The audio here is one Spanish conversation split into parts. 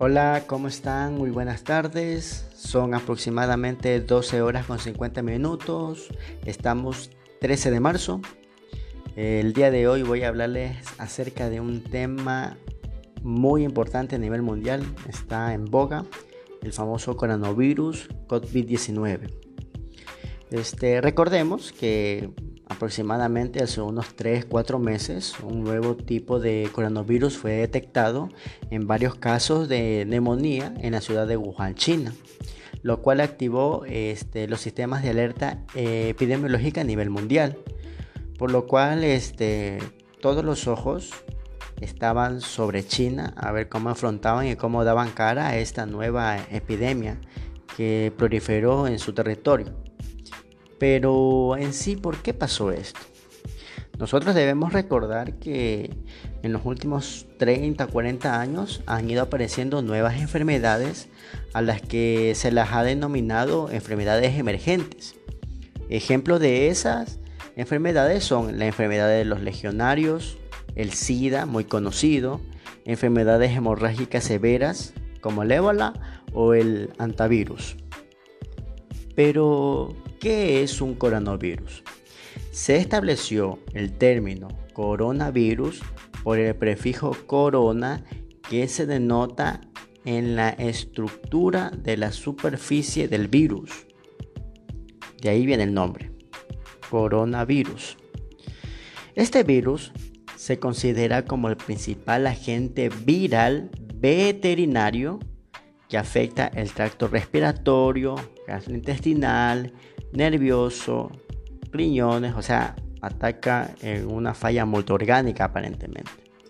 Hola, ¿cómo están? Muy buenas tardes. Son aproximadamente 12 horas con 50 minutos. Estamos 13 de marzo. El día de hoy voy a hablarles acerca de un tema muy importante a nivel mundial. Está en boga, el famoso coronavirus COVID-19. Recordemos que aproximadamente hace unos 3-4 meses un nuevo tipo de coronavirus fue detectado en varios casos de neumonía en la ciudad de Wuhan, China, lo cual activó los sistemas de alerta epidemiológica a nivel mundial, por lo cual todos los ojos estaban sobre China a ver cómo afrontaban y cómo daban cara a esta nueva epidemia que proliferó en su territorio. Pero en sí, ¿por qué pasó esto? Nosotros debemos recordar que en los últimos 30-40 años han ido apareciendo nuevas enfermedades a las que se las ha denominado enfermedades emergentes. Ejemplos de esas enfermedades son la enfermedad de los legionarios, el SIDA, muy conocido, enfermedades hemorrágicas severas como el ébola o el hantavirus. Pero, ¿qué es un coronavirus? Se estableció el término coronavirus por el prefijo corona, que se denota en la estructura de la superficie del virus. De ahí viene el nombre, coronavirus. Este virus se considera como el principal agente viral veterinario que afecta el tracto respiratorio, gastrointestinal, nervioso, riñones, o sea, ataca en una falla multiorgánica aparentemente.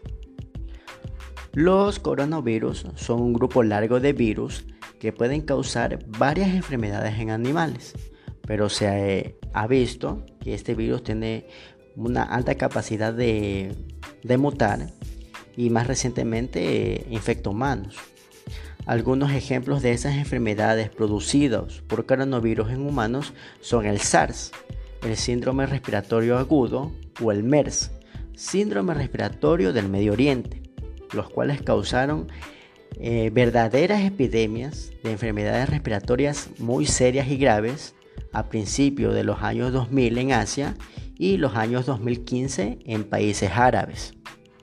Los coronavirus son un grupo largo de virus que pueden causar varias enfermedades en animales, pero se ha visto que este virus tiene una alta capacidad de mutar y más recientemente infecta humanos. Algunos ejemplos de esas enfermedades producidas por coronavirus en humanos son el SARS, el síndrome respiratorio agudo, o el MERS, síndrome respiratorio del Medio Oriente, los cuales causaron verdaderas epidemias de enfermedades respiratorias muy serias y graves a principios de los años 2000 en Asia y los años 2015 en países árabes.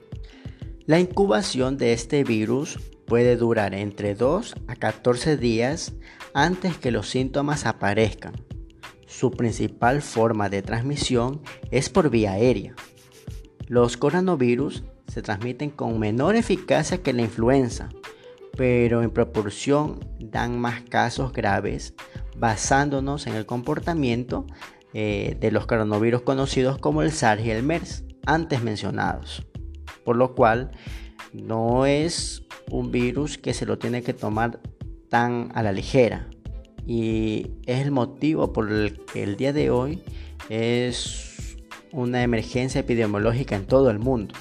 La incubación de este virus puede durar entre 2 a 14 días antes que los síntomas aparezcan. Su principal forma de transmisión es por vía aérea. Los coronavirus se transmiten con menor eficacia que la influenza, pero en proporción dan más casos graves basándonos en el comportamiento de los coronavirus conocidos como el SARS y el MERS antes mencionados, por lo cual no es un virus que se lo tiene que tomar tan a la ligera, y es el motivo por el que el día de hoy es una emergencia epidemiológica en todo el mundo.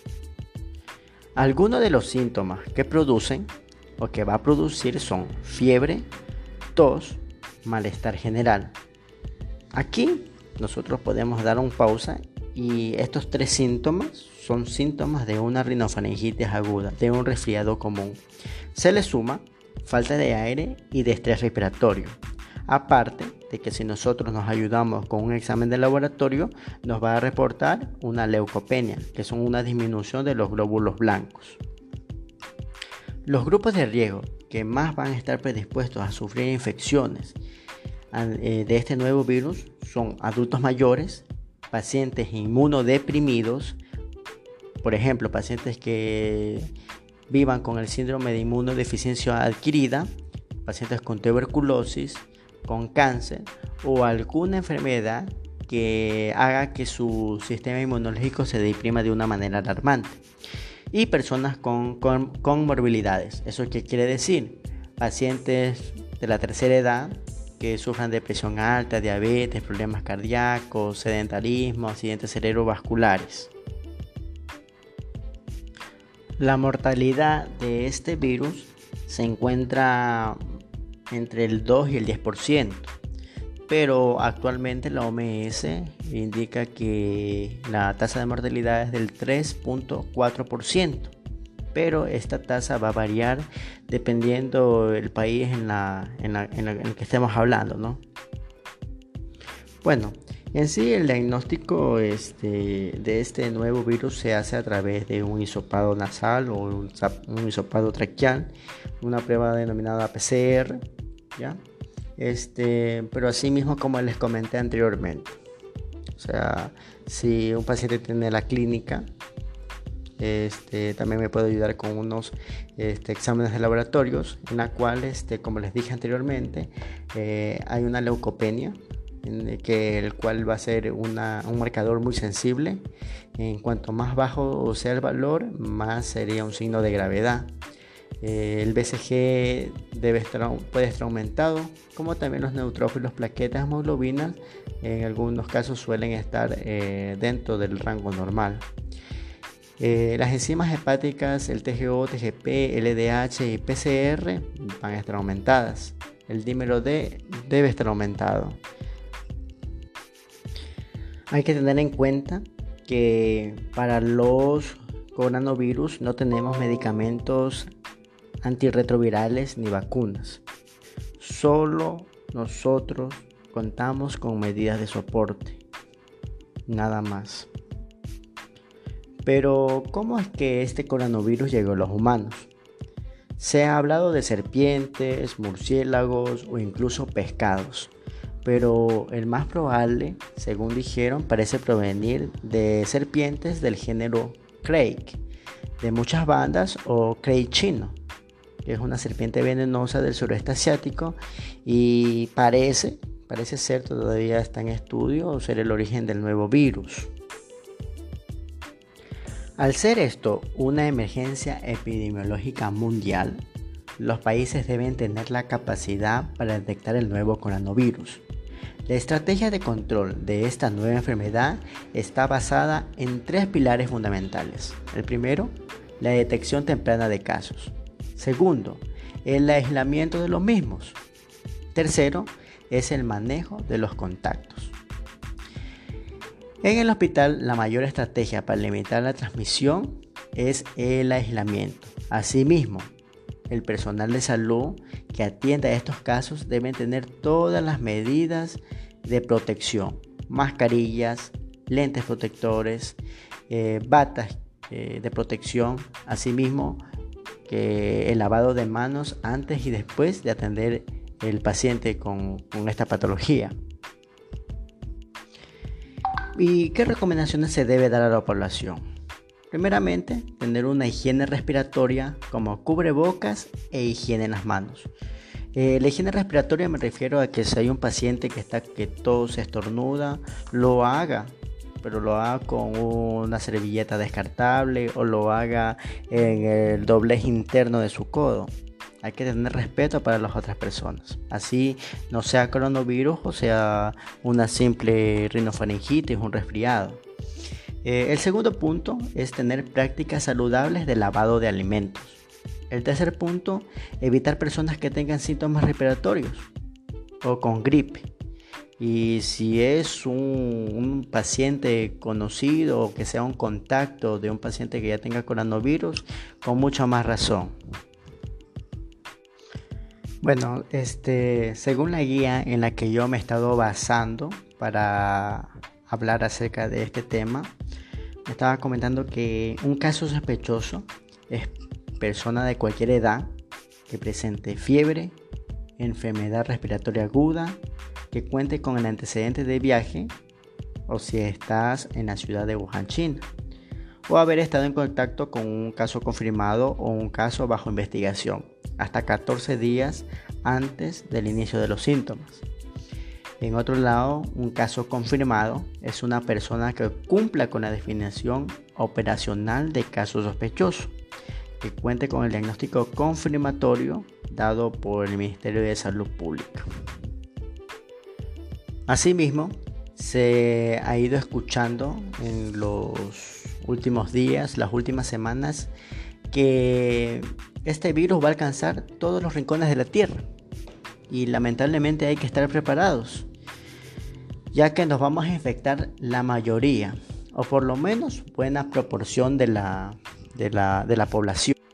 Algunos de los síntomas que producen o que va a producir son fiebre, tos, malestar general. Aquí nosotros podemos dar una pausa, y estos 3 síntomas son síntomas de una rinofaringitis aguda, de un resfriado común. Se le suma falta de aire y de estrés respiratorio. Aparte de que si nosotros nos ayudamos con un examen de laboratorio, nos va a reportar una leucopenia, que son una disminución de los glóbulos blancos. Los grupos de riesgo que más van a estar predispuestos a sufrir infecciones de este nuevo virus son adultos mayores, pacientes inmunodeprimidos, por ejemplo, pacientes que vivan con el síndrome de inmunodeficiencia adquirida, pacientes con tuberculosis, con cáncer o alguna enfermedad que haga que su sistema inmunológico se deprima de una manera alarmante, y personas con comorbilidades. ¿Eso qué quiere decir? Pacientes de la tercera edad que sufran de presión alta, diabetes, problemas cardíacos, sedentarismo, accidentes cerebrovasculares. La mortalidad de este virus se encuentra entre el 2 y el 10%, pero actualmente la OMS indica que la tasa de mortalidad es del 3.4%. pero esta tasa va a variar dependiendo del país en el que estemos hablando, ¿no? Bueno, en sí el diagnóstico de este nuevo virus se hace a través de un hisopado nasal o un hisopado traqueal, una prueba denominada PCR, ¿ya? Pero así mismo como les comenté anteriormente. O sea, si un paciente tiene la clínica, también me puede ayudar con unos exámenes de laboratorios, en la cual, como les dije anteriormente, hay una leucopenia, el cual va a ser un marcador muy sensible. En cuanto más bajo sea el valor, más sería un signo de gravedad. El BCG puede estar aumentado, como también los neutrófilos, plaquetas, hemoglobinas, en algunos casos suelen estar dentro del rango normal. Las enzimas hepáticas, el TGO, TGP, LDH y PCR van a estar aumentadas. El dímero D debe estar aumentado. Hay que tener en cuenta que para los coronavirus no tenemos medicamentos antirretrovirales ni vacunas. Solo nosotros contamos con medidas de soporte, nada más. Pero, ¿cómo es que este coronavirus llegó a los humanos? Se ha hablado de serpientes, murciélagos o incluso pescados, pero el más probable, según dijeron, parece provenir de serpientes del género Crake, de muchas bandas, o Crake chino, que es una serpiente venenosa del sureste asiático, y parece ser, todavía está en estudio, ser el origen del nuevo virus. Al ser esto una emergencia epidemiológica mundial, los países deben tener la capacidad para detectar el nuevo coronavirus. La estrategia de control de esta nueva enfermedad está basada en 3 pilares fundamentales. El primero, la detección temprana de casos. Segundo, el aislamiento de los mismos. Tercero, es el manejo de los contactos. En el hospital, la mayor estrategia para limitar la transmisión es el aislamiento. Asimismo, el personal de salud que atienda a estos casos debe tener todas las medidas de protección: mascarillas, lentes protectores, batas de protección, asimismo que el lavado de manos antes y después de atender el paciente con esta patología. ¿Y qué recomendaciones se debe dar a la población? Primeramente, tener una higiene respiratoria como cubrebocas e higiene en las manos. La higiene respiratoria me refiero a que si hay un paciente que tose, estornuda, lo haga, pero lo haga con una servilleta descartable o lo haga en el doblez interno de su codo. Hay que tener respeto para las otras personas. Así no sea coronavirus o sea una simple rinofaringitis, un resfriado. El segundo punto es tener prácticas saludables de lavado de alimentos. El tercer punto, evitar personas que tengan síntomas respiratorios o con gripe. Y si es un paciente conocido o que sea un contacto de un paciente que ya tenga coronavirus, con mucha más razón. Bueno, según la guía en la que yo me he estado basando para hablar acerca de este tema, me estaba comentando que un caso sospechoso es persona de cualquier edad que presente fiebre, enfermedad respiratoria aguda, que cuente con el antecedente de viaje, o si estás en la ciudad de Wuhan, China, o haber estado en contacto con un caso confirmado o un caso bajo investigación hasta 14 días antes del inicio de los síntomas. En otro lado, un caso confirmado es una persona que cumpla con la definición operacional de caso sospechoso, que cuente con el diagnóstico confirmatorio dado por el Ministerio de Salud Pública. Asimismo, se ha ido escuchando en los últimos días, las últimas semanas, que este virus va a alcanzar todos los rincones de la Tierra y lamentablemente hay que estar preparados, ya que nos vamos a infectar la mayoría o por lo menos buena proporción de la población.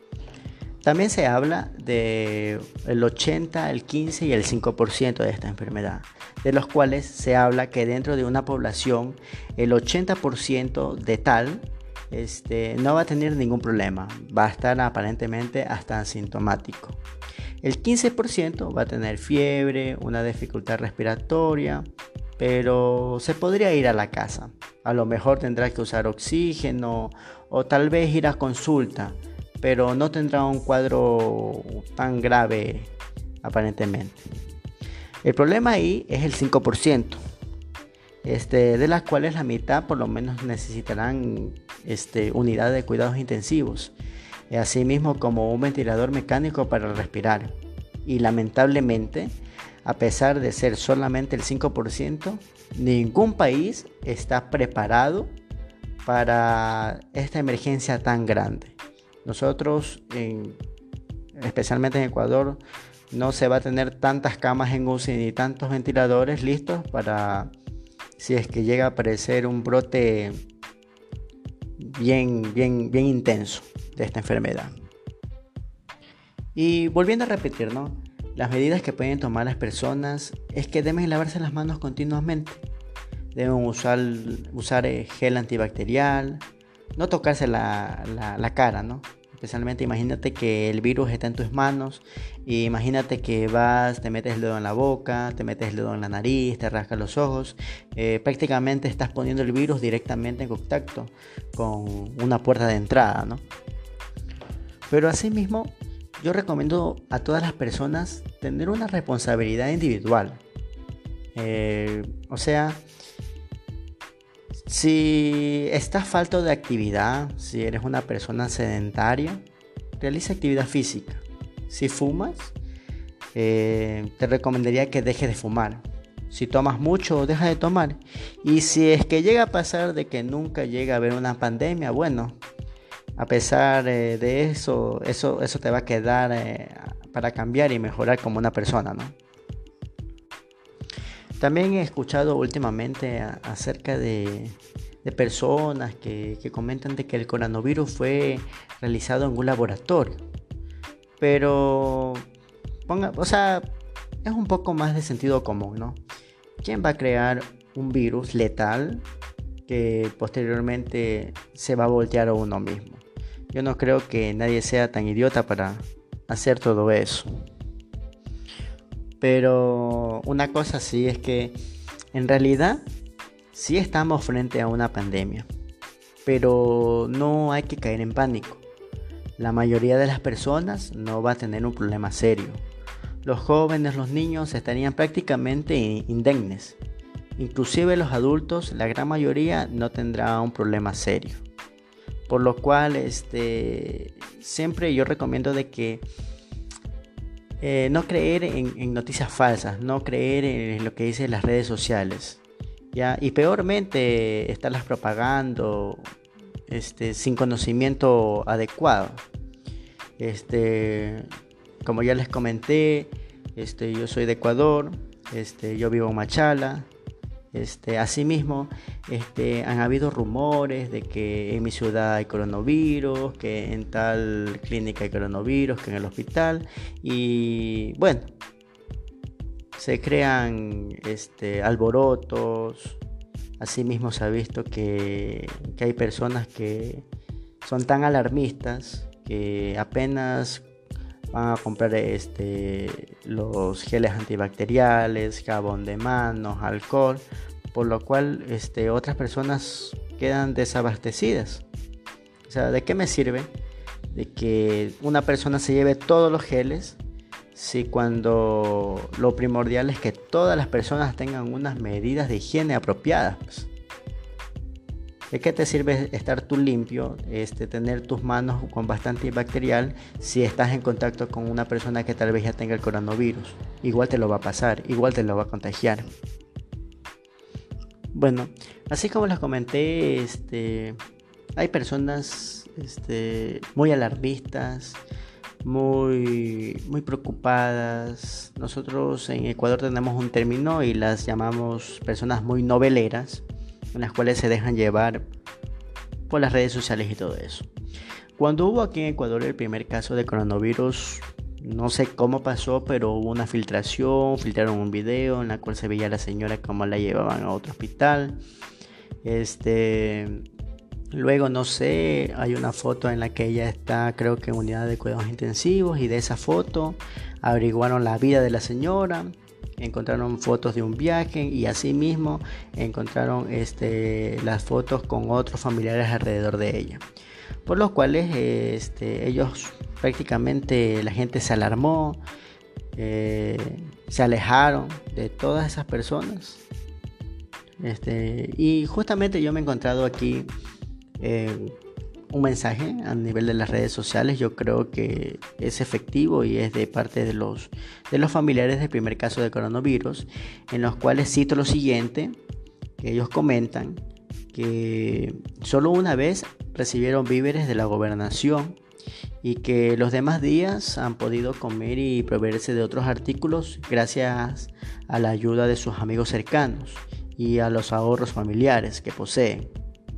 También se habla de el 80, el 15 y el 5% de esta enfermedad, de los cuales se habla que dentro de una población el 80% de tal no va a tener ningún problema, va a estar aparentemente hasta asintomático. El 15% va a tener fiebre, una dificultad respiratoria, pero se podría ir a la casa. A lo mejor tendrá que usar oxígeno o tal vez ir a consulta, pero no tendrá un cuadro tan grave aparentemente. El problema ahí es el 5%, de las cuales la mitad por lo menos necesitarán unidad de cuidados intensivos, asimismo como un ventilador mecánico para respirar. Y lamentablemente, a pesar de ser solamente el 5%, ningún país está preparado para esta emergencia tan grande. Nosotros, especialmente en Ecuador, no se va a tener tantas camas en UCI ni tantos ventiladores listos para si es que llega a aparecer un brote bien intenso de esta enfermedad. Y volviendo a repetir, ¿no? Las medidas que pueden tomar las personas es que deben lavarse las manos continuamente. Deben usar gel antibacterial, no tocarse la cara, ¿no? Especialmente imagínate que el virus está en tus manos y imagínate que te metes el dedo en la boca, te metes el dedo en la nariz, te rascas los ojos. Prácticamente estás poniendo el virus directamente en contacto con una puerta de entrada, ¿no? Pero asimismo, yo recomiendo a todas las personas tener una responsabilidad individual. O sea, si estás falto de actividad, si eres una persona sedentaria, realiza actividad física. Si fumas, te recomendaría que dejes de fumar. Si tomas mucho, deja de tomar. Y si es que llega a pasar de que nunca llega a haber una pandemia, bueno, a pesar de eso te va a quedar para cambiar y mejorar como una persona, ¿no? También he escuchado últimamente acerca de personas que comentan de que el coronavirus fue realizado en un laboratorio. Pero, es un poco más de sentido común, ¿no? ¿Quién va a crear un virus letal que posteriormente se va a voltear a uno mismo? Yo no creo que nadie sea tan idiota para hacer todo eso. Pero una cosa sí es que en realidad sí estamos frente a una pandemia, pero no hay que caer en pánico. La mayoría de las personas no va a tener un problema serio. Los jóvenes, los niños estarían prácticamente indemnes. Inclusive los adultos, la gran mayoría no tendrá un problema serio. Por lo cual siempre yo recomiendo de que no creer en noticias falsas, no creer en lo que dicen las redes sociales, ¿ya? Y peormente estarlas propagando sin conocimiento adecuado. Como ya les comenté, yo soy de Ecuador, yo vivo en Machala. Asimismo, han habido rumores de que en mi ciudad hay coronavirus, que en tal clínica hay coronavirus, que en el hospital. Y bueno, se crean alborotos. Asimismo se ha visto que hay personas que son tan alarmistas que apenas van a comprar los geles antibacteriales, jabón de manos, alcohol, por lo cual otras personas quedan desabastecidas. O sea, ¿de qué me sirve de que una persona se lleve todos los geles si cuando lo primordial es que todas las personas tengan unas medidas de higiene apropiadas, pues? ¿De qué te sirve estar tú limpio, tener tus manos con bastante antibacterial si estás en contacto con una persona que tal vez ya tenga el coronavirus? Igual te lo va a pasar, igual te lo va a contagiar. Bueno, así como les comenté, hay personas muy alarmistas, muy preocupadas. Nosotros en Ecuador tenemos un término y las llamamos personas muy noveleras, en las cuales se dejan llevar por las redes sociales y todo eso. Cuando hubo aquí en Ecuador el primer caso de coronavirus, no sé cómo pasó, pero hubo una filtración, filtraron un video en la cual se veía a la señora cómo la llevaban a otro hospital. Luego, no sé, hay una foto en la que ella está, creo que en unidad de cuidados intensivos, y de esa foto averiguaron la vida de la señora, encontraron fotos de un viaje y asimismo encontraron las fotos con otros familiares alrededor de ella, por los cuales ellos prácticamente, la gente se alarmó, se alejaron de todas esas personas. Y justamente yo me he encontrado aquí un mensaje a nivel de las redes sociales. Yo creo que es efectivo y es de parte de los familiares del primer caso de coronavirus, en los cuales cito lo siguiente, que ellos comentan que solo una vez recibieron víveres de la gobernación y que los demás días han podido comer y proveerse de otros artículos gracias a la ayuda de sus amigos cercanos y a los ahorros familiares que poseen.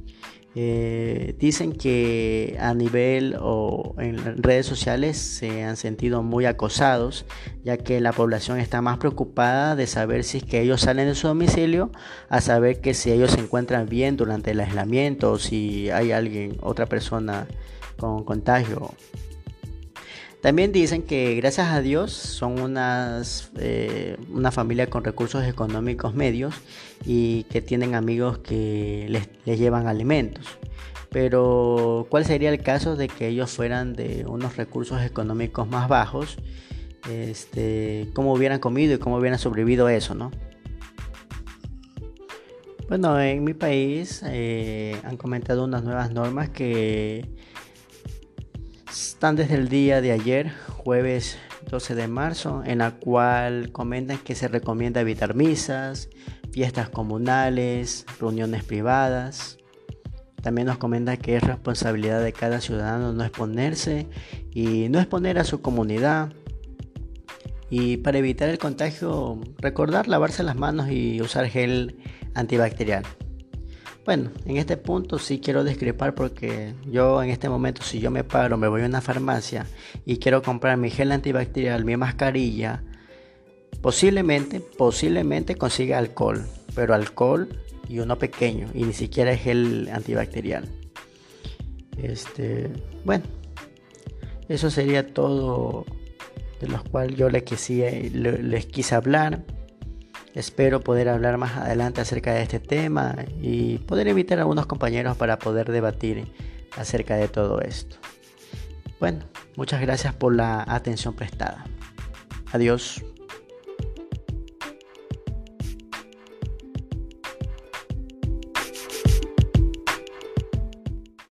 Dicen que a nivel o en redes sociales se han sentido muy acosados, ya que la población está más preocupada de saber si es que ellos salen de su domicilio, a saber que si ellos se encuentran bien durante el aislamiento o si hay otra persona con contagio. También dicen que gracias a Dios son una familia con recursos económicos medios y que tienen amigos que les llevan alimentos. Pero ¿cuál sería el caso de que ellos fueran de unos recursos económicos más bajos? ¿Cómo hubieran comido y cómo hubieran sobrevivido a eso, ¿no? Bueno, en mi país han comentado unas nuevas normas que están desde el día de ayer, jueves 12 de marzo, en la cual comentan que se recomienda evitar misas, fiestas comunales, reuniones privadas. También nos comenta que es responsabilidad de cada ciudadano no exponerse y no exponer a su comunidad. Y para evitar el contagio, recordar lavarse las manos y usar gel antibacterial. Bueno, en este punto sí quiero discrepar, porque yo en este momento, si yo me voy a una farmacia y quiero comprar mi gel antibacterial, mi mascarilla, posiblemente consiga alcohol, pero alcohol y uno pequeño, y ni siquiera es gel antibacterial. Bueno, eso sería todo de los cuales yo les quise hablar. Espero poder hablar más adelante acerca de este tema y poder invitar a algunos compañeros para poder debatir acerca de todo esto. Bueno, muchas gracias por la atención prestada. Adiós.